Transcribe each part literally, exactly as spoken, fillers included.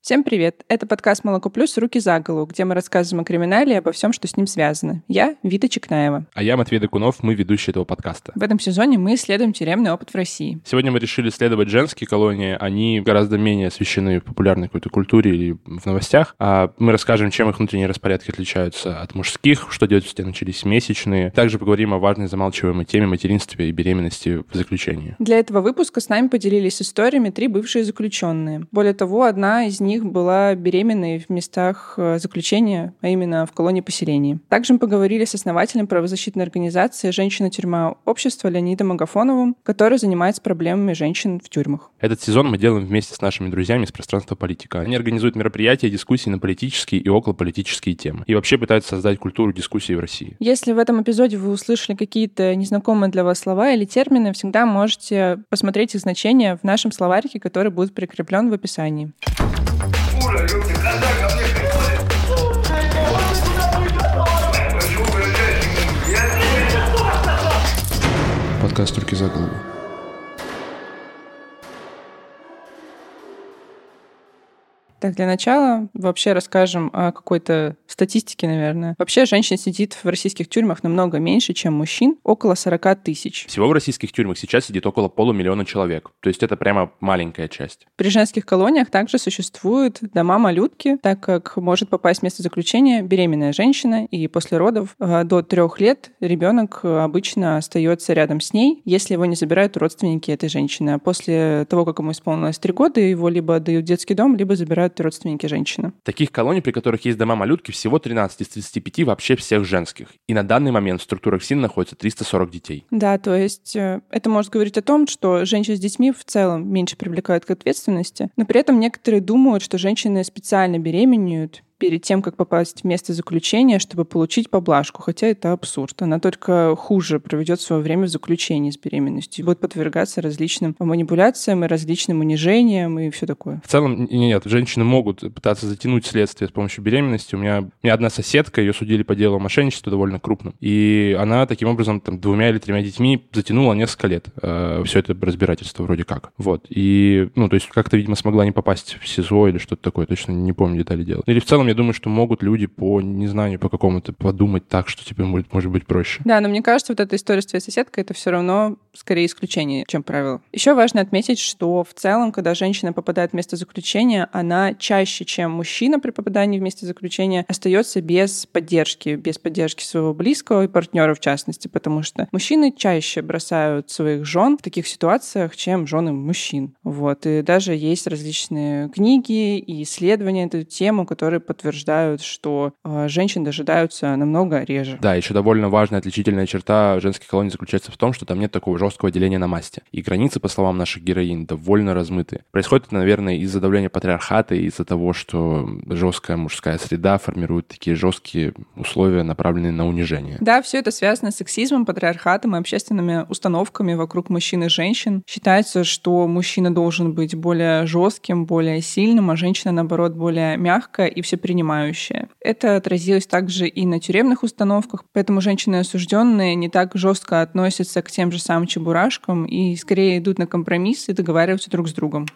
Всем привет! Это подкаст «Молоко плюс. Руки за голову», где мы рассказываем о криминале и обо всем, что с ним связано. Я Вита Чекнаева. А я Матвей Докунов, мы ведущие этого подкаста. В этом сезоне мы исследуем тюремный опыт в России. Сегодня мы решили исследовать женские колонии. Они гораздо менее освещены в популярной какой-то культуре или в новостях. А мы расскажем, чем их внутренние распорядки отличаются от мужских, что делать, если начались месячные. Также поговорим о важной замалчиваемой теме материнства и беременности в заключении. Для этого выпуска с нами поделились историями три бывшие заключенные. Более того, одна из них была беременной в местах заключения, а именно в колонии-поселении. Также мы поговорили с основателем правозащитной организации «Женщина-тюрьма. Общество» Леонидом Агафоновым, который занимается проблемами женщин в тюрьмах. Этот сезон мы делаем вместе с нашими друзьями из пространства политика. Они организуют мероприятия, дискуссии на политические и околополитические темы. И вообще пытаются создать культуру дискуссии в России. Если в этом эпизоде вы услышали какие-то незнакомые для вас слова или термины, всегда можете посмотреть их значение в нашем словарике, который будет прикреплен в описании. Подкаст «Руки за голову». Так, для начала вообще расскажем о какой-то статистике, наверное. Вообще женщин сидит в российских тюрьмах намного меньше, чем мужчин, около сорок тысяч. Всего в российских тюрьмах сейчас сидит около полумиллиона человек. То есть это прямо маленькая часть. При женских колониях также существуют дома-малютки, так как может попасть в место заключения беременная женщина, и после родов до трех лет ребенок обычно остается рядом с ней, если его не забирают родственники этой женщины. А после того, как ему исполнилось три года, его либо отдают в детский дом, либо забирают родственники женщины. Таких колоний, при которых есть дома-малютки, всего тринадцать из тридцати пяти вообще всех женских. И на данный момент в структурах СИН находится триста сорок детей. Да, то есть это может говорить о том, что женщин с детьми в целом меньше привлекают к ответственности, но при этом некоторые думают, что женщины специально беременеют перед тем, как попасть в место заключения, чтобы получить поблажку, хотя это абсурд. Она только хуже проведет свое время в заключении с беременностью и будет подвергаться различным манипуляциям и различным унижениям и все такое. В целом, нет, женщины могут пытаться затянуть следствие с помощью беременности. У меня, у меня одна соседка, ее судили по делу о мошенничестве довольно крупном, и она таким образом там, двумя или тремя детьми затянула несколько лет э, все это разбирательство вроде как. Вот. И, ну, то есть как-то, видимо, смогла не попасть в СИЗО или что-то такое, точно не помню детали дела. Или в целом, я думаю, что могут люди по незнанию, по какому-то подумать так, что тебе может, может быть проще. Да, но мне кажется, вот эта история с твоей соседкой, это все равно скорее исключение, чем правило. Еще важно отметить, что в целом, когда женщина попадает в место заключения, она чаще, чем мужчина при попадании в место заключения, остается без поддержки, без поддержки своего близкого и партнера в частности, потому что мужчины чаще бросают своих жен в таких ситуациях, чем жены мужчин. Вот. И даже есть различные книги и исследования на эту тему, которые подтверждают, что э, женщин дожидаются намного реже. Да, еще довольно важная отличительная черта женских колоний заключается в том, что там нет такого жесткого деления на масти. И границы, по словам наших героинь, довольно размыты. Происходит это, наверное, из-за давления патриархата и из-за того, что жесткая мужская среда формирует такие жесткие условия, направленные на унижение. Да, все это связано с сексизмом, патриархатом и общественными установками вокруг мужчин и женщин. Считается, что мужчина должен быть более жестким, более сильным, а женщина, наоборот, более мягкая и все принимающая. Это отразилось также и на тюремных установках, поэтому женщины-осужденные не так жестко относятся к тем же самым чебурашкам и скорее идут на компромисс и договариваются друг с другом.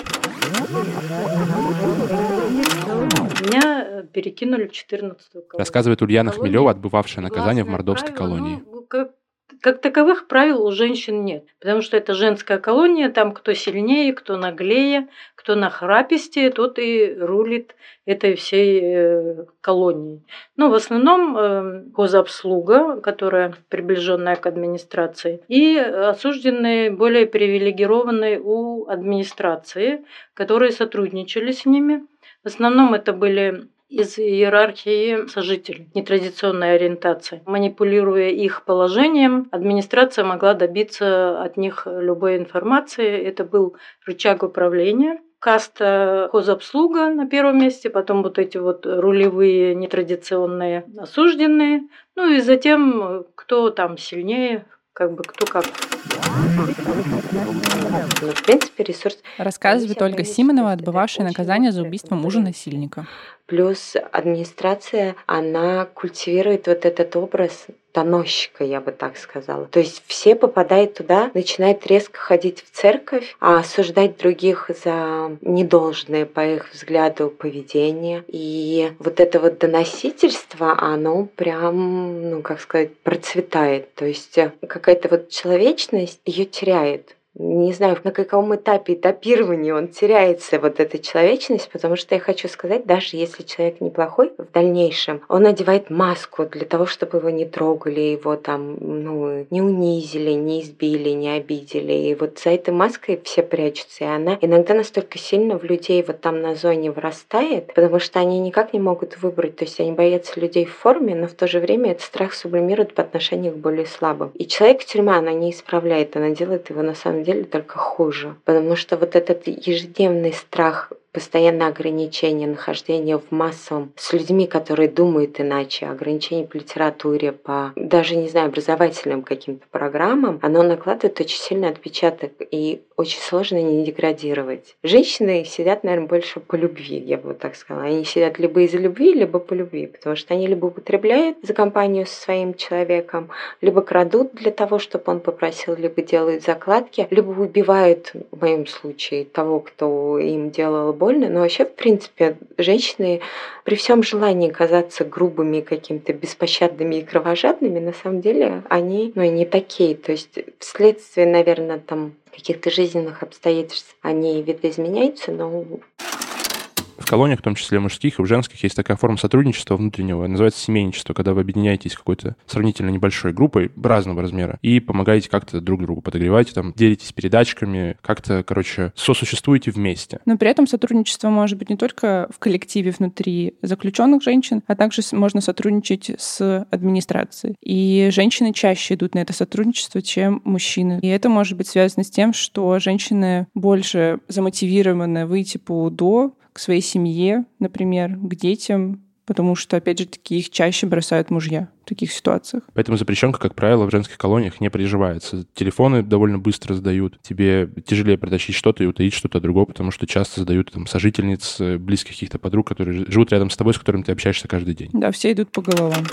Меня перекинули в четырнадцатую колонию. Рассказывает Ульяна Хмелева, отбывавшая наказание в Мордовской правило, колонии. Ну, как, как таковых правил у женщин нет, потому что это женская колония, там кто сильнее, кто наглее, кто нахрапистее, тот и рулит этой всей э, колонией. Но в основном э, гособслуга, которая приближенная к администрации, и осужденные более привилегированные у администрации, которые сотрудничали с ними. В основном это были из иерархии сожителей нетрадиционной ориентации. Манипулируя их положением, администрация могла добиться от них любой информации. Это был рычаг управления. Каста хозобслуга на первом месте, потом вот эти вот рулевые нетрадиционные осужденные, ну и затем кто там сильнее, как бы кто как. Ну, в принципе, ресурс... Рассказывает Ольга Симонова, отбывавшая наказание за убийство мужа-насильника. Плюс администрация, она культивирует вот этот образ доносчика, я бы так сказала. То есть все попадают туда, начинают резко ходить в церковь, а осуждать других за недолжное, по их взгляду, поведение. И вот это вот доносительство, оно прям, ну, как сказать, процветает. То есть какая-то вот человечность ее теряет. Не знаю, на каком этапе этапирования он теряется, вот эта человечность, потому что я хочу сказать, даже если человек неплохой, в дальнейшем он надевает маску для того, чтобы его не трогали, его там, ну, не унизили, не избили, не обидели. И вот за этой маской все прячутся, и она иногда настолько сильно в людей вот там на зоне вырастает, потому что они никак не могут выбрать, то есть они боятся людей в форме, но в то же время этот страх сублимирует по отношению к более слабым. И человек-тюрьма, она не исправляет, она делает его на самом деле только хуже, потому что вот этот ежедневный страх, постоянное ограничение нахождения в массовом с людьми, которые думают иначе, ограничение по литературе, по даже, не знаю, образовательным каким-то программам, оно накладывает очень сильный отпечаток, и очень сложно не деградировать. Женщины сидят, наверное, больше по любви, я бы вот так сказала. Они сидят либо из-за любви, либо по любви, потому что они либо употребляют за компанию со своим человеком, либо крадут для того, чтобы он попросил, либо делают закладки, либо убивают, в моем случае, того, кто им делал больно. Но вообще, в принципе, женщины при всем желании казаться грубыми, какими-то беспощадными и кровожадными, на самом деле они, ну, не такие. То есть вследствие, наверное, там каких-то жизненных обстоятельств они видоизменяются, но... В колониях, в том числе мужских и в женских, есть такая форма сотрудничества внутреннего, называется семейничество, когда вы объединяетесь какой-то сравнительно небольшой группой разного размера и помогаете как-то друг другу, подогреваете, там, делитесь передачками, как-то, короче, сосуществуете вместе. Но при этом сотрудничество может быть не только в коллективе внутри заключенных женщин, а также можно сотрудничать с администрацией. И женщины чаще идут на это сотрудничество, чем мужчины. И это может быть связано с тем, что женщины больше замотивированы выйти по УДО, к своей семье, например, к детям, потому что, опять же, таки их чаще бросают мужья в таких ситуациях. Поэтому запрещенка, как правило, в женских колониях не приживается. Телефоны довольно быстро сдают. Тебе тяжелее протащить что-то и утаить что-то другое, потому что часто сдают там сожительниц, близких каких-то подруг, которые живут рядом с тобой, с которыми ты общаешься каждый день. Да, все идут по головам.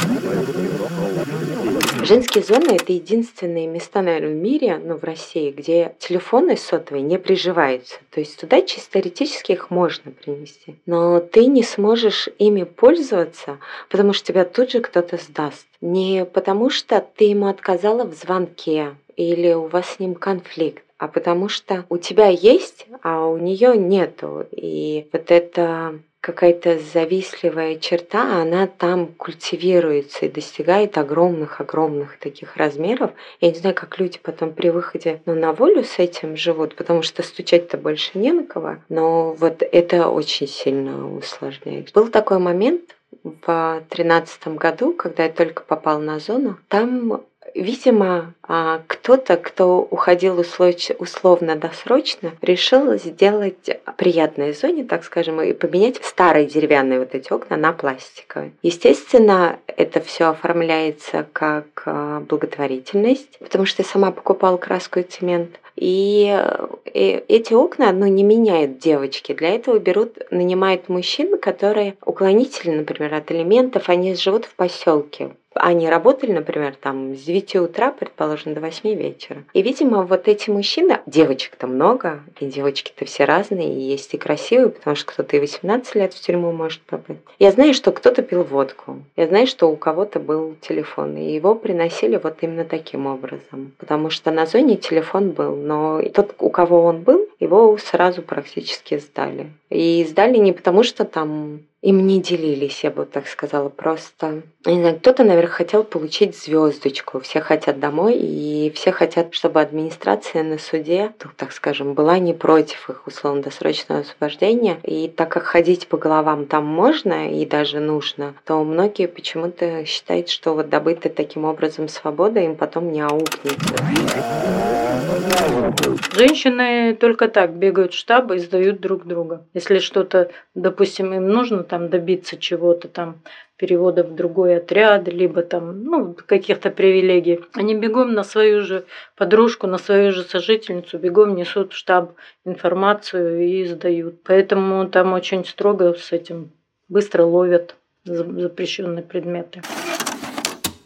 Женские зоны – это единственные места, наверное, в мире, ну, в России, где телефоны сотовые не приживаются. То есть туда чисто теоретически их можно принести. Но ты не сможешь ими пользоваться, потому что тебя тут же кто-то сдаст. Не потому что ты ему отказала в звонке или у вас с ним конфликт, а потому что у тебя есть, а у нее нету. И вот это... какая-то завистливая черта, она там культивируется и достигает огромных-огромных таких размеров. Я не знаю, как люди потом при выходе, ну, на волю с этим живут, потому что стучать-то больше не на кого. Но вот это очень сильно усложняет. Был такой момент в тринадцатом году, когда я только попала на зону. Там, видимо, кто-то, кто уходил условно-досрочно, решил сделать приятной зоне, так скажем, и поменять старые деревянные вот эти окна на пластиковые. Естественно, это все оформляется как благотворительность, потому что я сама покупала краску и цемент. И эти окна, ну, не меняют девочки. Для этого берут, нанимают мужчин, которые уклонители, например, от элементов, они живут в поселке. Они работали, например, там с девяти утра, предположим, до восьми вечера. И, видимо, вот эти мужчины, девочек-то много, и девочки-то все разные, и есть и красивые, потому что кто-то и восемнадцать лет в тюрьму может попасть. Я знаю, что кто-то пил водку. Я знаю, что у кого-то был телефон, и его приносили вот именно таким образом. Потому что на зоне телефон был, но тот, у кого он был, его сразу практически сдали. И сдали не потому, что там... им не делились, я бы так сказала, просто... Не знаю, кто-то, наверное, хотел получить звездочку. Все хотят домой, и все хотят, чтобы администрация на суде, ну, так скажем, была не против их условно-досрочного освобождения. И так как ходить по головам там можно и даже нужно, то многие почему-то считают, что вот добытая таким образом свобода им потом не аукнется. Женщины только так бегают в штаб и сдают друг друга. Если что-то, допустим, им нужно там добиться чего-то, там перевода в другой отряд, либо там, ну, каких-то привилегий, они бегом на свою же подружку, на свою же сожительницу, бегом несут в штаб информацию и сдают. Поэтому там очень строго с этим, быстро ловят запрещенные предметы.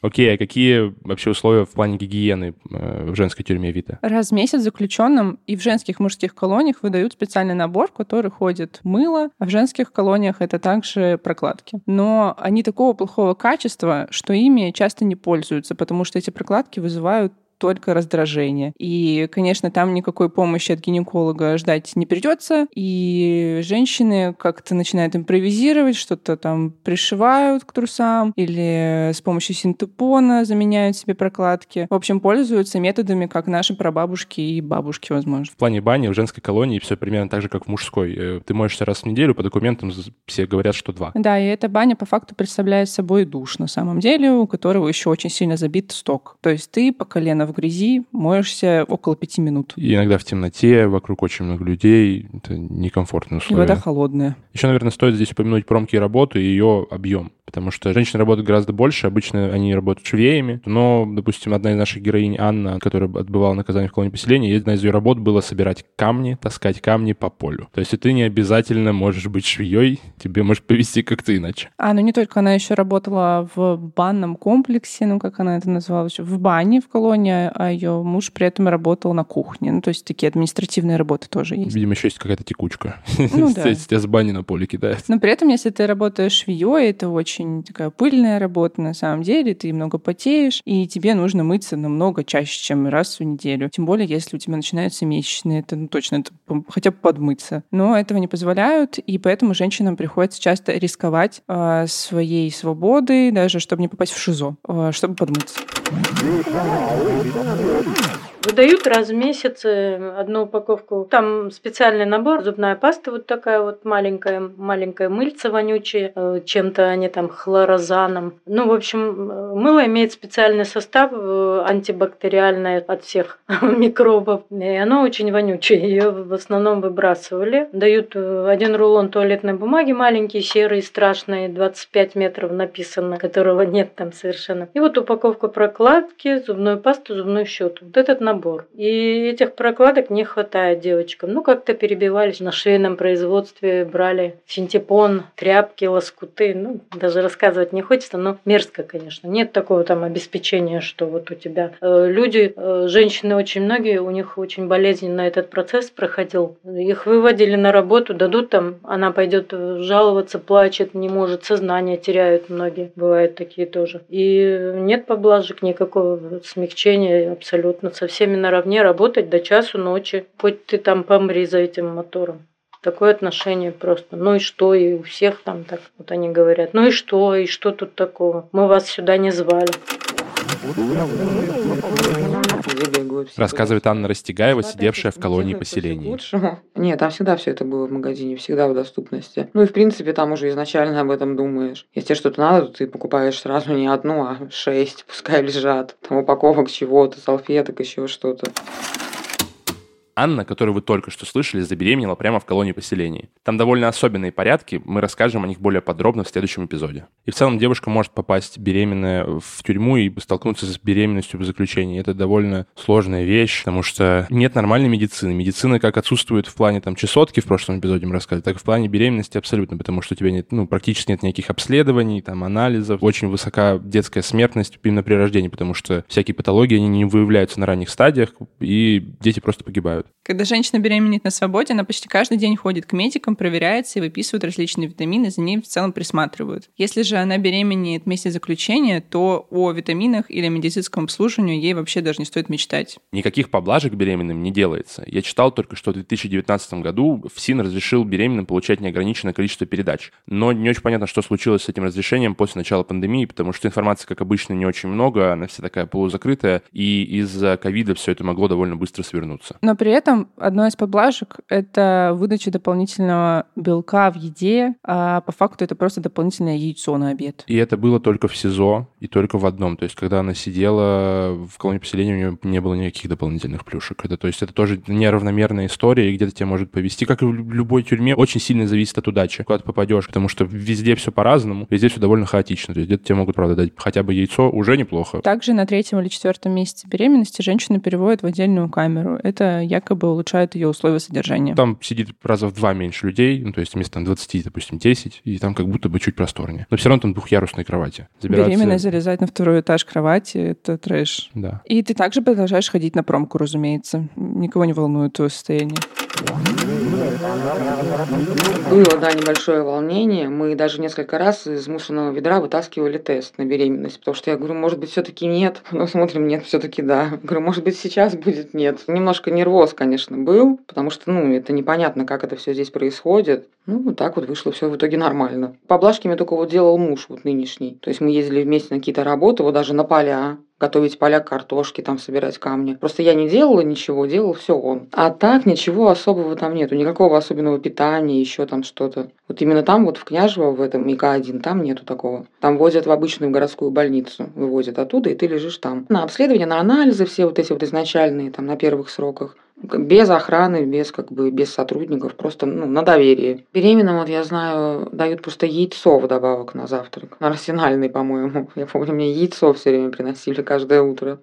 Окей, а какие вообще условия в плане гигиены в женской тюрьме Вита? Раз в месяц заключенным и в женских мужских колониях выдают специальный набор, в который ходит мыло, а в женских колониях это также прокладки. Но они такого плохого качества, что ими часто не пользуются, потому что эти прокладки вызывают только раздражение. И, конечно, там никакой помощи от гинеколога ждать не придется. И женщины как-то начинают импровизировать, что-то там пришивают к трусам или с помощью синтепона заменяют себе прокладки. В общем, пользуются методами, как наши прабабушки и бабушки, возможно. В плане бани в женской колонии все примерно так же, как в мужской. Ты моешься раз в неделю, по документам все говорят, что два. Да, и эта баня по факту представляет собой душ, на самом деле, у которого еще очень сильно забит сток. То есть ты по колено в грязи моешься около пяти минут. И иногда в темноте, вокруг очень много людей. Это некомфортные условия. И вода холодная. Еще, наверное, стоит здесь упомянуть промки работы и ее объем. Потому что женщины работают гораздо больше. Обычно они работают швеями. Но, допустим, одна из наших героинь, Анна, которая отбывала наказание в колонии поселения, одна из ее работ была собирать камни, таскать камни по полю. То есть ты не обязательно можешь быть швеей, тебе может повести как-то иначе. А, ну не только, она еще работала в банном комплексе, ну как она это назвала, в бане в колонии, а ее муж при этом работал на кухне. Ну то есть такие административные работы тоже есть. Видимо, еще есть какая-то текучка. Ну да. Тебя с бани на поле кидают. Но при этом, если ты работаешь швеей, это очень такая пыльная работа на самом деле, ты много потеешь, и тебе нужно мыться намного чаще, чем раз в неделю. Тем более, если у тебя начинаются месячные, это ну, точно это, хотя бы подмыться. Но этого не позволяют, и поэтому женщинам приходится часто рисковать э, своей свободой, даже чтобы не попасть в ШИЗО, э, чтобы подмыться. Выдают раз в месяц одну упаковку. Там специальный набор, зубная паста вот такая вот маленькая, маленькая мыльца вонючая, чем-то они там хлорозаном. Ну, в общем, мыло имеет специальный состав антибактериальный от всех микробов, и оно очень вонючее. Ее в основном выбрасывали. Дают один рулон туалетной бумаги маленький, серый, страшный, двадцать пять метров написано, которого нет там совершенно. И вот упаковка прокладки, зубную пасту, зубную щетку. Вот этот набор. И этих прокладок не хватает девочкам. Ну, как-то перебивались на швейном производстве, брали синтепон, тряпки, лоскуты. Ну, даже рассказывать не хочется, но мерзко, конечно. Нет такого там обеспечения, что вот у тебя э, люди, э, женщины очень многие, у них очень болезненно этот процесс проходил. Их выводили на работу, дадут там, она пойдет жаловаться, плачет, не может, сознание теряют многие. Бывают такие тоже. И нет поблажек, никакого смягчения абсолютно. Совсем наравне работать до часу ночи. Хоть ты там помри за этим мотором. Такое отношение просто. Ну и что? И у всех там так вот они говорят. Ну и что? И что тут такого? Мы вас сюда не звали. Рассказывает Анна Растегаева, сидевшая в колонии поселения. Нет, там всегда все это было в магазине, всегда в доступности. Ну и в принципе там уже изначально об этом думаешь. Если тебе что-то надо, то ты покупаешь сразу не одну, а шесть, пускай лежат. Там упаковок чего-то, салфеток, еще что-то. Анна, которую вы только что слышали, забеременела прямо в колонии поселений. Там довольно особенные порядки, мы расскажем о них более подробно в следующем эпизоде. И в целом девушка может попасть беременная в тюрьму и столкнуться с беременностью в заключении. Это довольно сложная вещь, потому что нет нормальной медицины. Медицина как отсутствует в плане там чесотки, в прошлом эпизоде мы рассказывали, так и в плане беременности абсолютно, потому что у тебя нет, ну, практически нет никаких обследований, там, анализов. Очень высока детская смертность именно при рождении, потому что всякие патологии, они не выявляются на ранних стадиях, и дети просто погибают. Когда женщина беременеет на свободе, она почти каждый день ходит к медикам, проверяется и выписывают различные витамины, за ней в целом присматривают. Если же она беременеет в месте заключения, то о витаминах или медицинском обслуживании ей вообще даже не стоит мечтать. Никаких поблажек беременным не делается. Я читал только, что в две тысячи девятнадцатом году ФСИН разрешил беременным получать неограниченное количество передач. Но не очень понятно, что случилось с этим разрешением после начала пандемии, потому что информации, как обычно, не очень много, она вся такая полузакрытая, и из-за ковида все это могло довольно быстро свернуться. Но при этом одной из поблажек — это выдача дополнительного белка в еде, а по факту это просто дополнительное яйцо на обед. И это было только в СИЗО и только в одном. То есть, когда она сидела в колонии поселения, у нее не было никаких дополнительных плюшек. Это, то есть, это тоже неравномерная история, и где-то тебя может повезти. Как и в любой тюрьме, очень сильно зависит от удачи, куда ты попадешь, потому что везде все по-разному, везде все довольно хаотично. То есть, где-то тебе могут, правда, дать хотя бы яйцо, уже неплохо. Также на третьем или четвертом месяце беременности женщину переводят в отдельную камеру. Это якобы якобы улучшают ее условия содержания. Там сидит раза в два меньше людей, ну, то есть вместо двадцати, допустим, десять, и там как будто бы чуть просторнее. Но все равно там двухъярусные кровати. Забираться... Беременная залезать на второй этаж кровати — это трэш. Да. И ты также продолжаешь ходить на промку, разумеется. Никого не волнует твое состояние. Было, да, небольшое волнение. Мы даже несколько раз из мусорного ведра вытаскивали тест на беременность, потому что я говорю, может быть, все-таки нет. Но смотрим, нет, все-таки да. Я говорю, может быть, сейчас будет нет. Немножко нервоз, конечно, был, потому что, ну, это непонятно, как это все здесь происходит. Ну, вот так вот вышло все в итоге нормально. Поблажки мне только вот делал муж, вот нынешний. То есть мы ездили вместе на какие-то работы, вот даже на поля, готовить поля картошки, там собирать камни. Просто я не делала ничего, делал все он. А так ничего особого там нету, никакого особенного питания, еще там что-то. Вот именно там, вот в Княжево, в этом ИК один, там нету такого. Там возят в обычную городскую больницу, вывозят оттуда, и ты лежишь там. На обследование, на анализы все вот эти вот изначальные, там на первых сроках. Без охраны, без как бы без сотрудников, просто ну, на доверие. Беременным, вот я знаю, дают просто яйцо вдобавок на завтрак. Арсенальный, по-моему. Я помню, мне яйцо все время приносили каждое утро.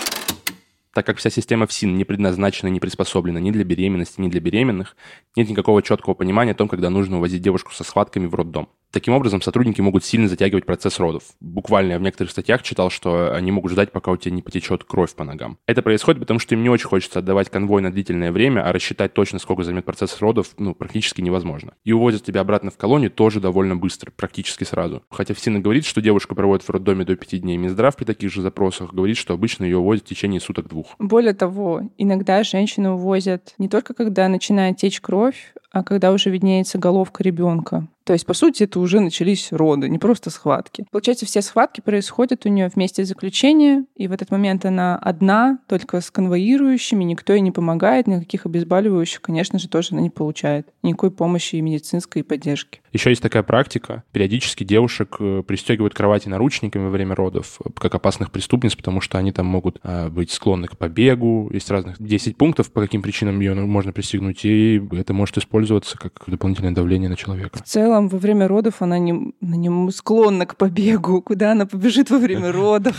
Так как вся система ФСИН не предназначена, не приспособлена ни для беременности, ни для беременных, нет никакого четкого понимания о том, когда нужно увозить девушку со схватками в роддом. Таким образом, сотрудники могут сильно затягивать процесс родов. Буквально я в некоторых статьях читал, что они могут ждать, пока у тебя не потечет кровь по ногам. Это происходит, потому что им не очень хочется отдавать конвой на длительное время, а рассчитать точно, сколько займет процесс родов, ну, практически невозможно. И увозят тебя обратно в колонию тоже довольно быстро, практически сразу. Хотя ФСИН говорит, что девушка проводит в роддоме до пяти дней. Минздрав при таких же запросах говорит, что обычно ее увозят в течение суток-двух. Более того, иногда женщину увозят не только когда начинает течь кровь, а когда уже виднеется головка ребенка. То есть, по сути, это уже начались роды, не просто схватки. Получается, все схватки происходят у нее вместе заключения, и в этот момент она одна, только с конвоирующими, никто ей не помогает, никаких обезболивающих, конечно же, тоже она не получает. Никакой помощи и медицинской, и поддержки. Еще есть такая практика. Периодически девушек пристегивают к кровати наручниками во время родов, как опасных преступниц, потому что они там могут быть склонны к побегу. Есть разных десять пунктов, по каким причинам ее можно пристегнуть, и это может использоваться как дополнительное давление на человека. В целом, во время родов она не, она не склонна к побегу. Куда она побежит во время родов?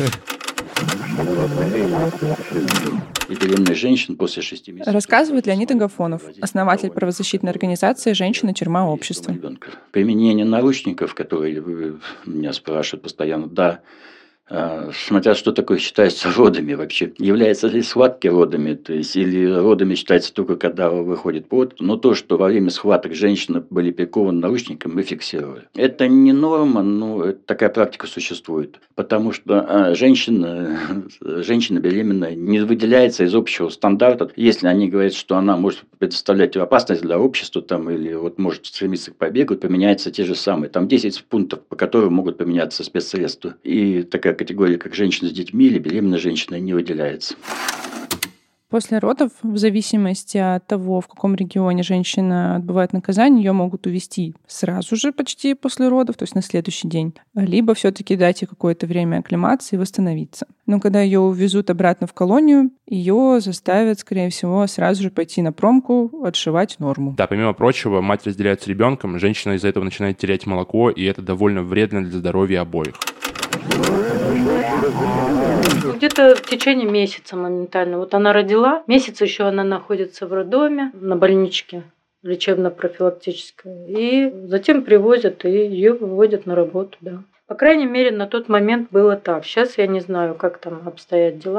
И беременных женщин после шести месяцев. Рассказывает Леонид Агафонов, основатель правозащитной организации «Женщина. Тюрьма. Общество». Применение наручников, которые меня спрашивают постоянно, да, смотря что такое считается родами вообще. Является ли схватки родами, то есть, или родами считается только когда выходит плод. Но то, что во время схваток женщины были прикованы наручниками, мы фиксировали. Это не норма, но такая практика существует. Потому что женщина, женщина беременная не выделяется из общего стандарта. Если они говорят, что она может представлять опасность для общества там, или вот может стремиться к побегу, применяются те же самые. Там десять пунктов, по которым могут применяться спецсредства. И такая категория, как женщина с детьми или беременная женщина, не выделяется. После родов, в зависимости от того, в каком регионе женщина отбывает наказание, ее могут увезти сразу же почти после родов, то есть на следующий день, либо все-таки дать ей какое-то время акклимации и восстановиться. Но когда ее увезут обратно в колонию, ее заставят, скорее всего, сразу же пойти на промку, отшивать норму. Да, помимо прочего, мать разделяет с ребенком, женщина из-за этого начинает терять молоко, и это довольно вредно для здоровья обоих. Где-то в течение месяца моментально. Вот она родила, месяц еще она находится в роддоме, на больничке лечебно-профилактической. И затем привозят, и ее выводят на работу, да. По крайней мере, на тот момент было так. Сейчас я не знаю, как там обстоят дела.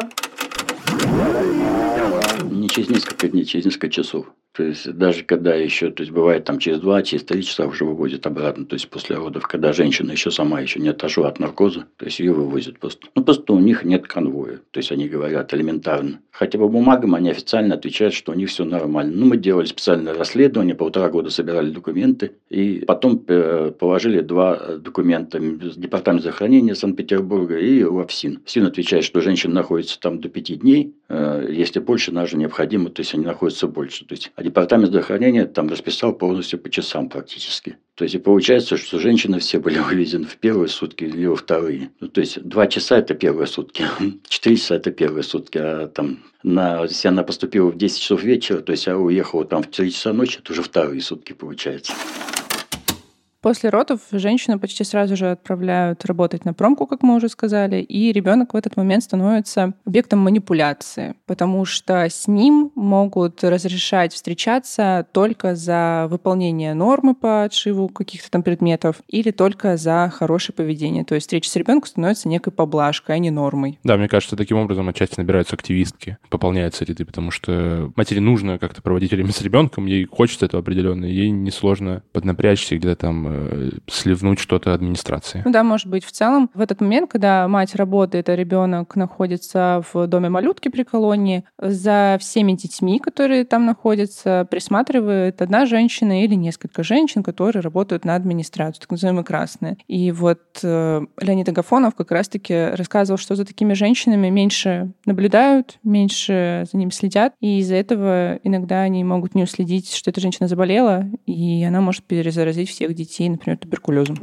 Не через несколько дней, через несколько часов. То есть, даже когда еще, то есть, бывает там через два, через три часа уже выводят обратно, то есть, после родов, когда женщина еще сама еще не отошла от наркоза, то есть, ее вывозят просто. Ну, просто у них нет конвоя, то есть, они говорят элементарно. Хотя по бумагам они официально отвечают, что у них все нормально. Ну, мы делали специальное расследование, полтора года собирали документы, и потом положили два документа в Департамент здравоохранения Санкт-Петербурга и в ФСИН. ФСИН отвечает, что женщина находится там до пяти дней, если больше, даже необходимо, то есть, они находятся больше. То есть, Департамент здравоохранения там расписал полностью по часам практически. То есть, и получается, что женщины все были вывезены в первые сутки или во вторые. Ну, то есть, два часа – это первые сутки, четыре часа – это первые сутки. А там, на, если она поступила в десять часов вечера, то есть, а уехала там в три часа ночи, это уже вторые сутки получается. После родов женщину почти сразу же отправляют работать на промку, как мы уже сказали, и ребенок в этот момент становится объектом манипуляции, потому что с ним могут разрешать встречаться только за выполнение нормы по отшиву каких-то там предметов или только за хорошее поведение. То есть встреча с ребенком становится некой поблажкой, а не нормой. Да, мне кажется, таким образом отчасти набираются активистки, пополняются ряды, потому что матери нужно как-то проводить время с ребенком, ей хочется этого определенно, ей несложно поднапрячься, где-то там э, сливнуть что-то администрации. Ну да, может быть. В целом, в этот момент, когда мать работает, а ребенок находится в доме малютки при колонии, за всеми детьми, которые там находятся, присматривает одна женщина или несколько женщин, которые работают на администрацию, так называемые красные. И вот э, Леонид Агафонов как раз-таки рассказывал, что за такими женщинами меньше наблюдают, меньше за ними следят, и из-за этого иногда они могут не уследить, что эта женщина заболела, и она может перезаразить всех детей, например, туберкулезом.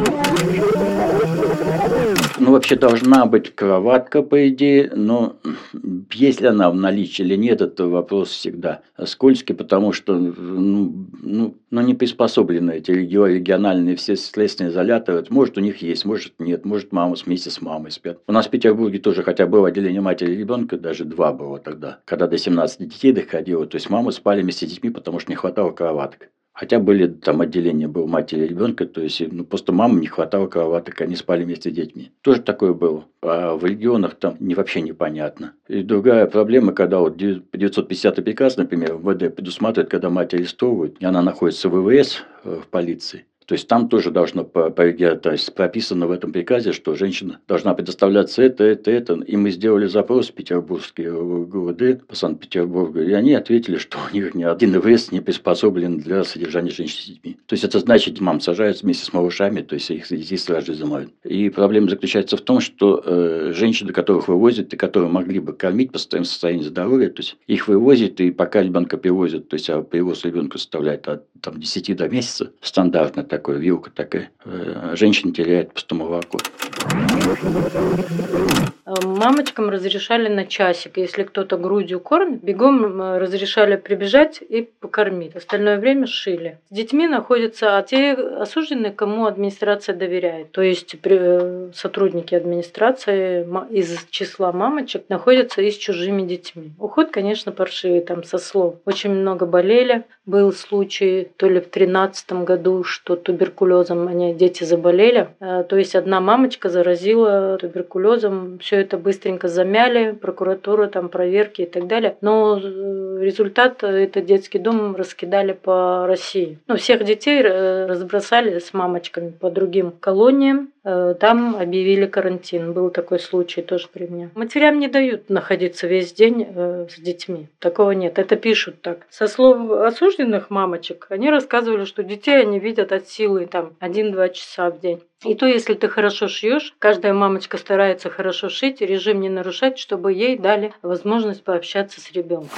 Ну, вообще должна быть кроватка, по идее, но есть ли она в наличии или нет, это вопрос всегда скользкий, потому что ну, ну, ну, не приспособлены эти региональные все следственные изоляторы. Может, у них есть, может, нет, может, мама вместе с мамой спят. У нас в Петербурге тоже хотя бы было отделение матери и ребенка, даже два было тогда, когда до семнадцати детей доходило, то есть мамы спали вместе с детьми, потому что не хватало кроваток. Хотя были там отделения было матери и ребенка, то есть ну, просто мамам не хватало кроваток, они спали вместе с детьми. Тоже такое было. А в регионах там не, вообще непонятно. И другая проблема, когда вот девятьсот пятидесятый приказ, например, в МВД предусматривает, когда мать арестовывают, и она находится в ВВС, в полиции. То есть там тоже должно по, по, то есть прописано в этом приказе, что женщина должна предоставляться это, это, это. И мы сделали запрос в Петербургский ГУВД по Санкт-Петербургу, и они ответили, что у них ни один ИВС не приспособлен для содержания женщин с детьми. То есть это значит, мам сажают вместе с малышами, то есть их детей сразу же изымают. И проблема заключается в том, что э, женщины, которых вывозят и которые могли бы кормить по своему состоянию здоровья, то есть их вывозят, и пока ребенка перевозят, то есть а перевоз ребенка составляет от там, десяти до месяца, стандартно такой, вилка такая, э, женщина теряет просто молоко. Мамочкам разрешали на часик, если кто-то грудью кормит, бегом разрешали прибежать и покормить. Остальное время шили. С детьми находятся те осужденные, кому администрация доверяет. То есть сотрудники администрации из числа мамочек находятся и с чужими детьми. Уход, конечно, паршивый, там со слов. Очень много болели. Был случай то ли в тринадцатом году, что туберкулезом они, дети заболели. То есть одна мамочка заразила туберкулезом. Все это быстренько замяли, прокуратура, там проверки и так далее. Но результат этот детский дом раскидали по России. Ну, всех детей разбросали с мамочками по другим колониям. Там объявили карантин. Был такой случай тоже при мне. Матерям не дают находиться весь день с детьми. Такого нет. Это пишут так. Со слов осужденных мамочек, они рассказывали, что детей они видят от силы там один-два часа в день. И то, если ты хорошо шьешь, каждая мамочка старается хорошо шить, режим не нарушать, чтобы ей дали возможность пообщаться с ребенком.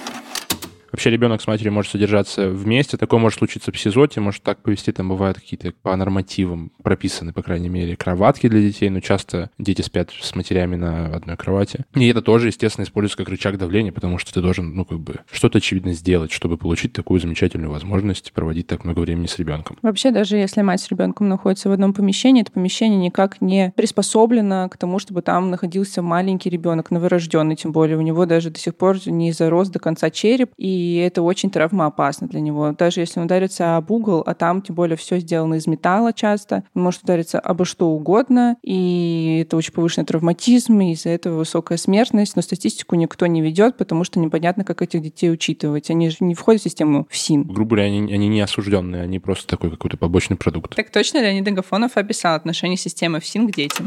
Вообще ребенок с матерью может содержаться вместе. Такое может случиться в СИЗОТе, может так повести. Там бывают какие-то по нормативам прописаны, по крайней мере, кроватки для детей, но часто дети спят с матерями на одной кровати. И это тоже, естественно, используется как рычаг давления, потому что ты должен, ну, как бы, что-то очевидно сделать, чтобы получить такую замечательную возможность проводить так много времени с ребенком. Вообще, даже если мать с ребенком находится в одном помещении, это помещение никак не приспособлено к тому, чтобы там находился маленький ребенок, новорожденный, тем более у него даже до сих пор не зарос до конца череп, и И это очень травмоопасно для него. Даже если он ударится об угол, а там тем более все сделано из металла часто, он может удариться обо что угодно, и это очень повышенный травматизм, и из-за этого высокая смертность. Но статистику никто не ведет, потому что непонятно, как этих детей учитывать. Они же не входят в систему ФСИН. Грубо говоря, они, они не осужденные, они просто такой какой-то побочный продукт. Так точно Леонид Агафонов описал отношение системы ФСИН к детям.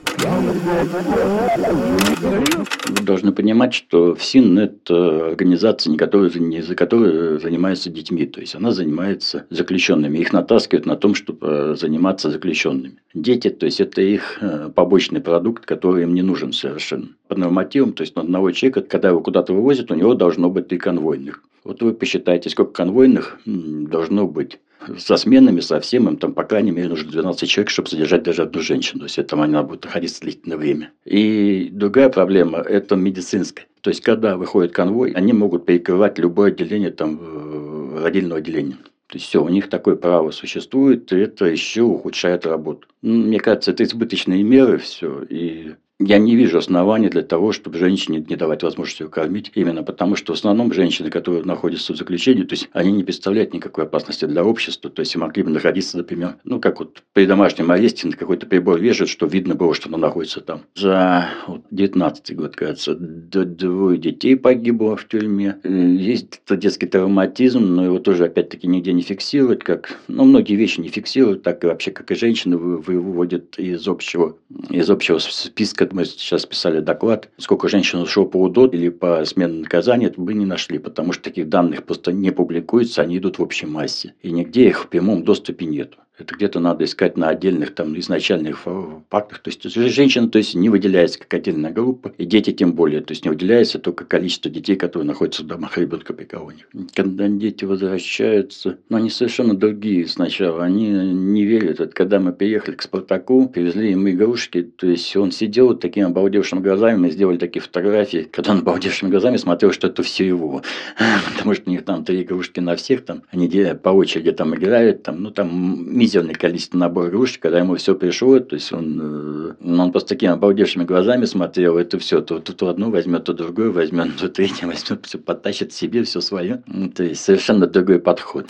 Вы должны понимать, что ФСИН – это организация, не которая, не за которой занимается детьми. То есть, она занимается заключенными. Их натаскивают на том, чтобы заниматься заключенными. Дети, то есть, это их побочный продукт, который им не нужен совершенно. По нормативам, то есть, на одного человека, когда его куда-то вывозят, у него должно быть три конвойных. Вот вы посчитайте, сколько конвойных должно быть. Со сменами, со всем им, там, по крайней мере, нужно двенадцать человек, чтобы содержать даже одну женщину. То есть, там она будет находиться длительное время. И другая проблема – это медицинская. То есть, когда выходит конвой, они могут перекрывать любое отделение там, родильного отделения. То есть все, у них такое право существует, и это еще ухудшает работу. Мне кажется, это избыточные меры, все, и я не вижу оснований для того, чтобы женщине не давать возможность ее кормить, именно потому, что в основном женщины, которые находятся в заключении, то есть они не представляют никакой опасности для общества, то есть могли бы находиться, например, ну как вот при домашнем аресте на какой-то прибор вешают, что видно было, что она находится там. За девятнадцатый год, кажется, двое детей погибло в тюрьме. Есть детский травматизм, но его тоже опять-таки нигде не фиксируют, как, ну многие вещи не фиксируют, так и вообще, как и женщины выводят из общего, из общего списка. Мы сейчас писали доклад, сколько женщин ушло по УДО или по смене наказания, мы не нашли, потому что таких данных просто не публикуются, они идут в общей массе. И нигде их в прямом доступе нету. Это где-то надо искать на отдельных там изначальных фактах. То есть женщина, то есть, не выделяется как отдельная группа, и дети тем более. То есть не выделяется только количество детей, которые находятся в домах ребенка при колониях. Когда дети возвращаются, но они совершенно другие сначала. Они не верят. Вот когда мы приехали к Спартаку, привезли ему игрушки, то есть он сидел вот такими обалдевшими глазами, мы сделали такие фотографии, когда он обалдевшими глазами смотрел, что это все его. Потому что у них там три игрушки на всех, там они по очереди там играют, там, ну там мизерное количество набора игрушек, когда ему все пришло, то есть он, он просто такими обалдевшими глазами смотрел, это все, то, то, то одно возьмет, то другое возьмет, то третье возьмет, все подтащит себе, все свое. То есть совершенно другой подход.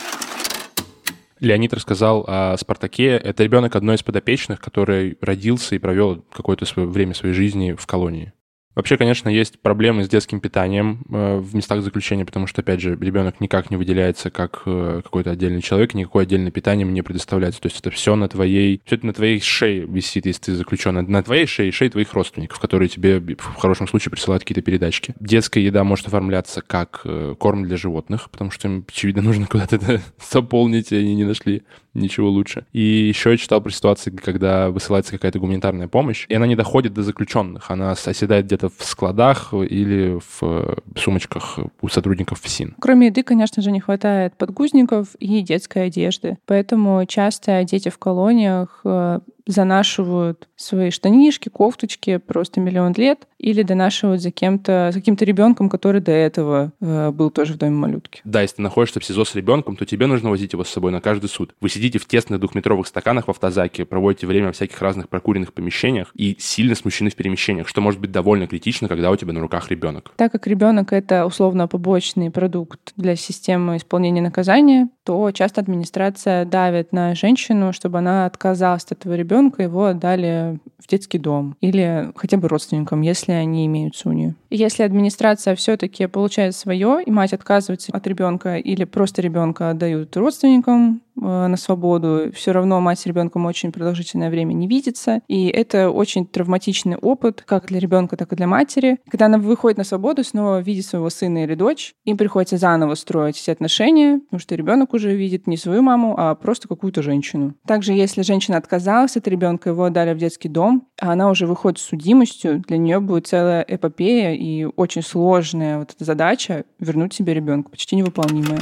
Леонид рассказал о Спартаке. Это ребенок одной из подопечных, который родился и провел какое-то свое время своей жизни в колонии. Вообще, конечно, есть проблемы с детским питанием э, в местах заключения, потому что, опять же, ребенок никак не выделяется как э, какой-то отдельный человек, никакое отдельное питание ему не предоставляется. То есть это все на твоей, все это на твоей шее висит, если ты заключенный. На твоей шее и шее твоих родственников, которые тебе в хорошем случае присылают какие-то передачки. Детская еда может оформляться как э, корм для животных, потому что им, очевидно, нужно куда-то это заполнить, и они не нашли ничего лучше. И еще я читал про ситуации, когда высылается какая-то гуманитарная помощь, и она не доходит до заключенных. Она оседает где-то в складах или в сумочках у сотрудников ФСИН. Кроме еды, конечно же, не хватает подгузников и детской одежды. Поэтому часто дети в колониях занашивают свои штанишки, кофточки просто миллион лет или донашивают за кем-то, за каким-то ребенком, который до этого э, был тоже в доме малютки. Да, если ты находишься в СИЗО с ребенком, то тебе нужно возить его с собой на каждый суд. Вы сидите в тесных двухметровых стаканах в автозаке, проводите время в всяких разных прокуренных помещениях и сильно смущены в перемещениях, что может быть довольно критично, когда у тебя на руках ребенок. Так как ребенок это условно побочный продукт для системы исполнения наказания, то часто администрация давит на женщину, чтобы она отказалась от этого ребенка, его отдали в детский дом или хотя бы родственникам, если они имеются у нее. И если администрация все-таки получает свое, и мать отказывается от ребенка или просто ребенка отдают родственникам э, на свободу, все равно мать с ребенком очень продолжительное время не видится. И это очень травматичный опыт как для ребенка, так и для матери. Когда она выходит на свободу, снова видит своего сына или дочь, им приходится заново строить эти отношения, потому что ребенок уже видит не свою маму, а просто какую-то женщину. Также, если женщина отказалась от ребенка, его отдали в детский дом, а она уже выходит с судимостью, для нее будет целая эпопея и очень сложная вот эта задача вернуть себе ребенка, почти невыполнимая.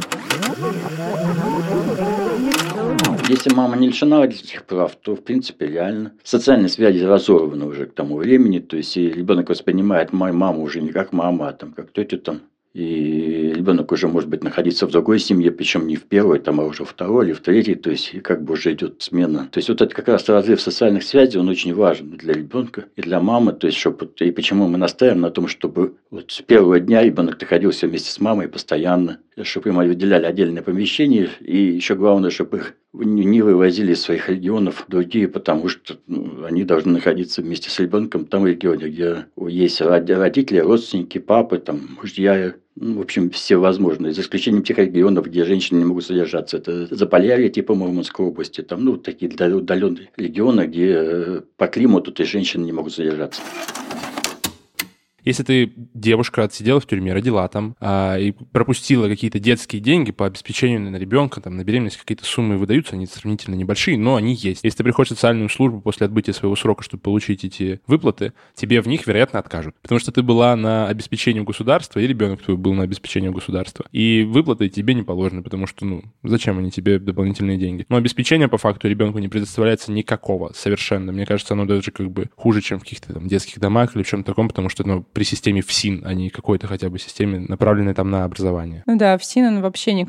Если мама не лишена родительских прав, то, в принципе, реально. Социальные связи разорваны уже к тому времени, то есть и ребенок воспринимает мою маму уже не как мама, а там, как тетю там. И ребенок уже может быть находиться в другой семье, причем не в первой, там, а уже в второй или в третьей, то есть и как бы уже идет смена. То есть вот это как раз разрыв социальных связей, он очень важен для ребенка и для мамы, то есть чтобы, и почему мы настаиваем на том, чтобы вот с первого дня ребенок находился вместе с мамой постоянно, чтобы им выделяли отдельное помещение, и еще главное, чтобы их не вывозили из своих регионов в другие, потому что ну, они должны находиться вместе с ребенком в том регионе, где есть родители, родственники, папы, там, мужья, ну, в общем, все возможные, за исключением тех регионов, где женщины не могут содержаться. Это Заполярье, типа Мурманской области, там, ну, такие удаленные регионы, где по климату то есть женщины не могут содержаться. Если ты, девушка, отсидела в тюрьме, родила там а, и пропустила какие-то детские деньги по обеспечению на ребенка, там, на беременность какие-то суммы выдаются, они сравнительно небольшие, но они есть. Если ты приходишь в социальную службу после отбытия своего срока, чтобы получить эти выплаты, тебе в них, вероятно, откажут. Потому что ты была на обеспечении государства, и ребенок твой был на обеспечении государства. И выплаты тебе не положены, потому что, ну, зачем они тебе дополнительные деньги? Но обеспечение, по факту, ребенку не предоставляется никакого совершенно. Мне кажется, оно даже как бы хуже, чем в каких-то там детских домах или в чем-то таком, потому что, ну, при системе ФСИН, а не какой-то хотя бы системе, направленной там на образование. Ну да, ФСИН, он вообще никак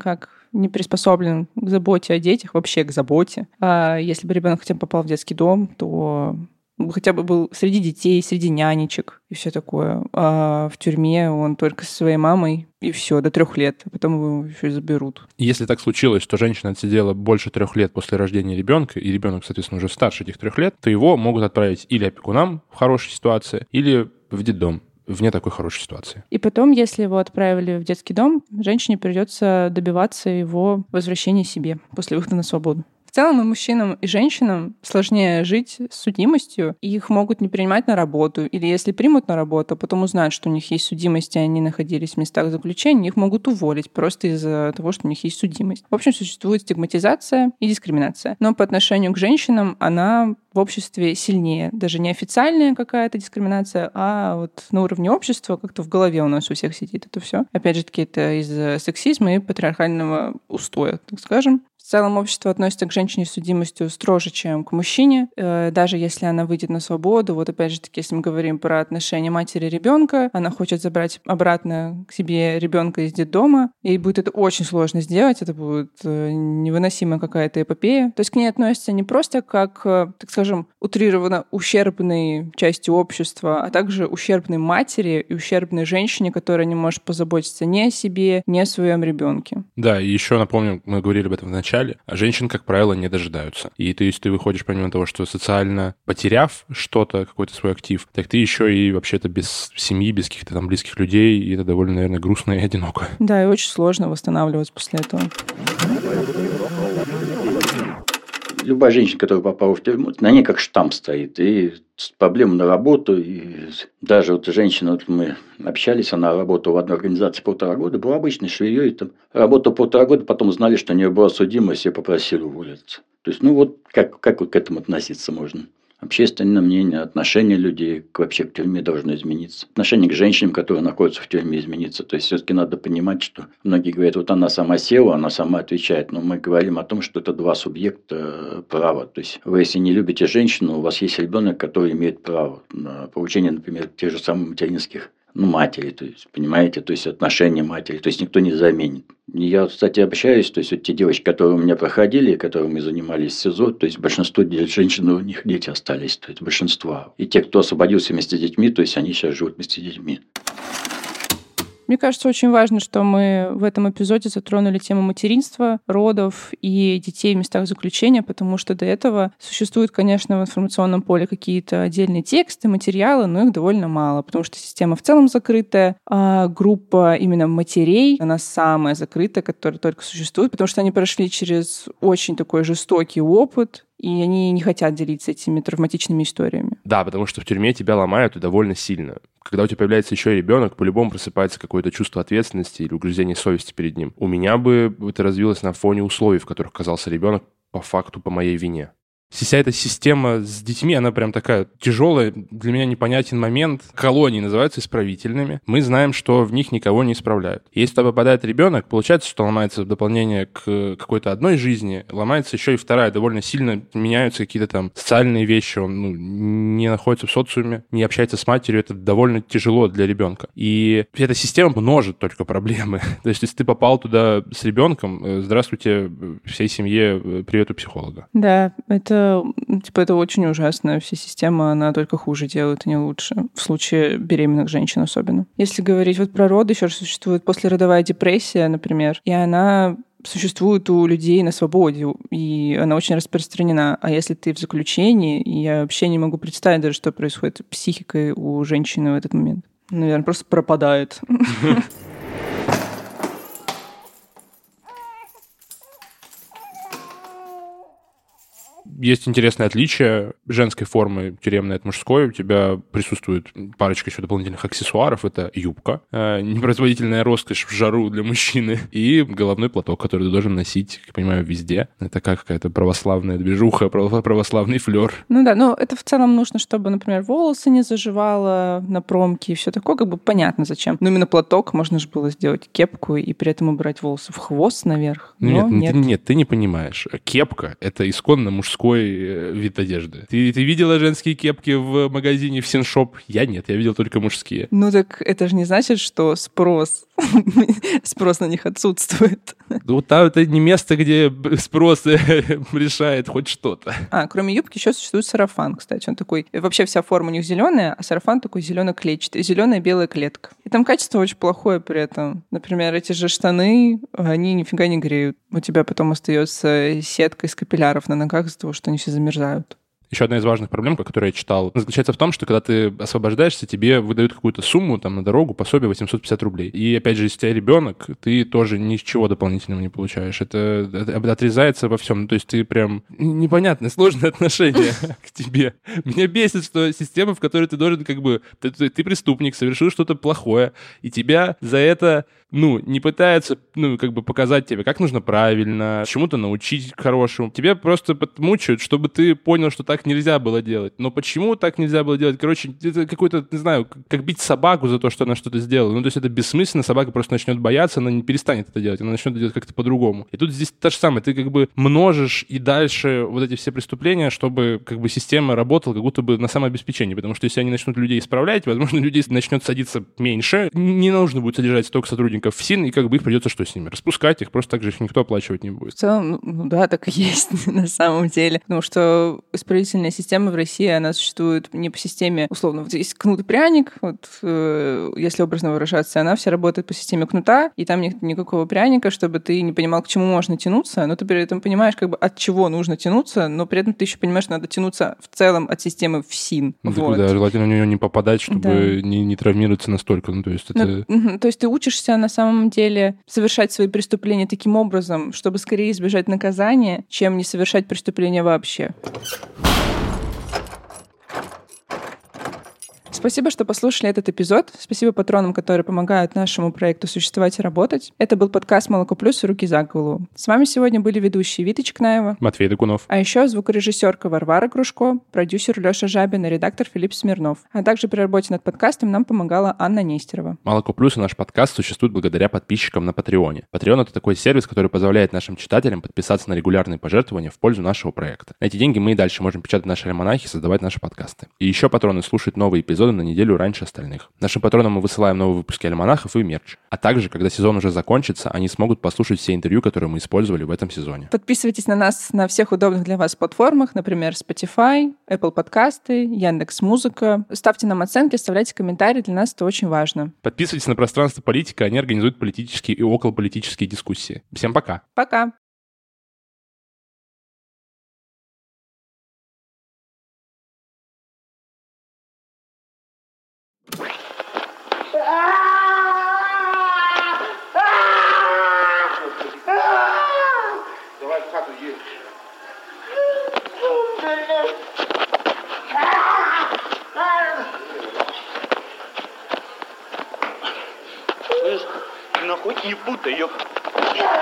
не приспособлен к заботе о детях, вообще к заботе. А если бы ребенок хотя бы попал в детский дом, то хотя бы был среди детей, среди нянечек и все такое. А в тюрьме он только со своей мамой, и все, до трех лет. А потом его еще и заберут. Если так случилось, что женщина отсидела больше трех лет после рождения ребенка, и ребенок, соответственно, уже старше этих трех лет, то его могут отправить или опекунам в хорошей ситуации, или в детдом вне такой хорошей ситуации. И потом, если его отправили в детский дом, женщине придется добиваться его возвращения себе после выхода на свободу. В целом и мужчинам, и женщинам сложнее жить с судимостью. Их могут не принимать на работу. Или если примут на работу, а потом узнают, что у них есть судимость, и они находились в местах заключения, их могут уволить просто из-за того, что у них есть судимость. В общем, существует стигматизация и дискриминация. Но по отношению к женщинам она в обществе сильнее. Даже не официальная какая-то дискриминация, а вот на уровне общества как-то в голове у нас у всех сидит это все. Опять же таки, это из-за сексизма и патриархального устоя, так скажем. В целом общество относится к женщине с судимостью строже, чем к мужчине, даже если она выйдет на свободу. Вот опять же таки, если мы говорим про отношения матери и ребенка, она хочет забрать обратно к себе ребенка из детдома, ей будет это очень сложно сделать, это будет невыносимая какая-то эпопея. То есть к ней относятся не просто как, так скажем, утрированно ущербной части общества, а также ущербной матери и ущербной женщине, которая не может позаботиться ни о себе, ни о своем ребенке. Да, и еще напомню, мы говорили об этом в начале, а женщин, как правило, не дожидаются. И ты, если ты выходишь, помимо того, что социально потеряв что-то, какой-то свой актив, так ты еще и вообще-то без семьи, без каких-то там близких людей, и это довольно, наверное, грустно и одиноко. Да, и очень сложно восстанавливаться после этого. Любая женщина, которая попала в тюрьму, на ней как штамп стоит. И проблемы на работу. И даже вот женщина, вот мы общались, она работала в одной организации полтора года, была обычной швеей, там, работала полтора года, потом узнали, что у нее была судимость, и попросили уволиться. То есть, ну вот как, как вот к этому относиться можно? Общественное мнение, отношение людей к, вообще к тюрьме должно измениться. Отношение к женщинам, которые находятся в тюрьме, измениться. То есть, все-таки надо понимать, что многие говорят, вот она сама села, она сама отвечает. Но мы говорим о том, что это два субъекта права. То есть, вы, если не любите женщину, у вас есть ребенок, который имеет право на получение, например, тех же самых материнских, ну, матери, то есть, понимаете, то есть, отношения матери, то есть, никто не заменит. Я, кстати, общаюсь, то есть, вот те девочки, которые у меня проходили, которые мы занимались в СИЗО, то есть, большинство женщин, у них дети остались, то есть, большинство. И те, кто освободился вместе с детьми, то есть, они сейчас живут вместе с детьми. Мне кажется, очень важно, что мы в этом эпизоде затронули тему материнства, родов и детей в местах заключения, потому что до этого существуют, конечно, в информационном поле какие-то отдельные тексты, материалы, но их довольно мало, потому что система в целом закрытая, а группа именно матерей, она самая закрытая, которая только существует, потому что они прошли через очень такой жестокий опыт, и они не хотят делиться этими травматичными историями. Да, потому что в тюрьме тебя ломают и довольно сильно. Когда у тебя появляется еще и ребенок, по-любому просыпается какое-то чувство ответственности или угрызение совести перед ним. У меня бы это развилось на фоне условий, в которых оказался ребенок по факту, по моей вине. Вся эта система с детьми, она прям такая тяжелая, для меня непонятен момент. Колонии называются исправительными. Мы знаем, что в них никого не исправляют. Если туда попадает ребенок, получается, что ломается в дополнение к какой-то одной жизни, ломается еще и вторая. Довольно сильно меняются какие-то там социальные вещи. Он ну, не находится в социуме, не общается с матерью. Это довольно тяжело для ребенка. И эта система множит только проблемы. То есть, если ты попал туда с ребенком, здравствуйте, всей семье, привет у психолога. Да, это типа это очень ужасно. Вся система, она только хуже делает, а не лучше. В случае беременных женщин особенно. Если говорить вот про роды, еще существует послеродовая депрессия, например, и она существует у людей на свободе, и она очень распространена. А если ты в заключении, я вообще не могу представить даже, что происходит с психикой у женщины в этот момент. Наверное, просто пропадает. Есть интересное отличие женской формы тюремной от мужской. У тебя присутствует парочка еще дополнительных аксессуаров. Это юбка, э, непроизводительная роскошь в жару для мужчины, и головной платок, который ты должен носить, как я понимаю, везде. Это как какая-то православная движуха, православный флер. Ну да, но это в целом нужно, чтобы, например, волосы не заживало на промке и все такое, как бы понятно зачем. Но именно платок можно же было сделать кепку и при этом убрать волосы в хвост наверх. Нет, нет. Ты, нет, ты не понимаешь. Кепка — это исконно мужская мужской э, вид одежды. Ты, ты видела женские кепки в магазине в Синшоп? Я нет, я видел только мужские. Ну так это же не значит, что спрос, спрос на них отсутствует. Вот там это не место, где спрос решает хоть что-то. А, кроме юбки еще существует сарафан, кстати. Он такой, вообще вся форма у них зеленая, а сарафан такой зелено-клетчатый, зеленая белая клетка. И там качество очень плохое при этом. Например, эти же штаны, они нифига не греют. У тебя потом остается сетка из капилляров на ногах из-за того, что они все замерзают. Еще одна из важных проблем, которую я читал, заключается в том, что когда ты освобождаешься, тебе выдают какую-то сумму там на дорогу, пособие восемьсот пятьдесят рублей. И опять же, если у тебя ребенок, ты тоже ничего дополнительного не получаешь. Это, это отрезается во всем. Ну, то есть ты прям непонятное, сложное отношение к тебе. Меня бесит, что система, в которой ты должен как бы... Ты, ты, ты преступник, совершил что-то плохое, и тебя за это... ну, не пытаются, ну, как бы показать тебе, как нужно правильно, чему-то научить хорошему. Тебе просто мучают, чтобы ты понял, что так нельзя было делать. Но почему так нельзя было делать? Короче, это какой-то, не знаю, как бить собаку за то, что она что-то сделала. Ну, то есть это бессмысленно, собака просто начнет бояться, она не перестанет это делать, она начнет делать как-то по-другому. И тут здесь то же самое, ты как бы множишь и дальше вот эти все преступления, чтобы как бы система работала как будто бы на самообеспечении, потому что если они начнут людей исправлять, возможно, людей начнет садиться меньше, не нужно будет содержать столько сотрудников в СИН, и как бы их придется что с ними? Распускать их, просто так же их никто оплачивать не будет. В целом, ну да, так и есть на самом деле. Потому что исправительная система в России, она существует не по системе, условно, вот есть кнут и пряник, вот, э, если образно выражаться, она вся работает по системе кнута, и там нет никакого пряника, чтобы ты не понимал, к чему можно тянуться, но ты при этом понимаешь, как бы от чего нужно тянуться, но при этом ты еще понимаешь, что надо тянуться в целом от системы в СИН. Ну, вот. Да, желательно в нее не попадать, чтобы да. не, не травмироваться настолько. Ну, то есть это... Ну, то есть ты учишься на самом деле совершать свои преступления таким образом, чтобы скорее избежать наказания, чем не совершать преступления вообще. Спасибо, что послушали этот эпизод. Спасибо патронам, которые помогают нашему проекту существовать и работать. Это был подкаст «Молоко плюс» и «Руки за голову». С вами сегодня были ведущие Вита Чекнаева, Матвей Докунов, а еще звукорежиссерка Варвара Кружко, продюсер Леша Жабин и редактор Филипп Смирнов. А также при работе над подкастом нам помогала Анна Нестерова. «Молоко плюс» и наш подкаст существует благодаря подписчикам на Патреоне. Патреон — это такой сервис, который позволяет нашим читателям подписаться на регулярные пожертвования в пользу нашего проекта. На эти деньги мы и дальше можем печатать наши альманахи и создавать наши подкасты. И еще патроны слушают новые эпизоды на неделю раньше остальных. Нашим патронам мы высылаем новые выпуски альманахов и мерч. А также, когда сезон уже закончится, они смогут послушать все интервью, которые мы использовали в этом сезоне. Подписывайтесь на нас на всех удобных для вас платформах, например, Spotify, Apple подкасты, Яндекс.Музыка. Ставьте нам оценки, оставляйте комментарии, для нас это очень важно. Подписывайтесь на «Пространство политика», они организуют политические и околополитические дискуссии. Всем пока! Пока! Давай в хату едем. Слышь, нахуй не путай, ёп.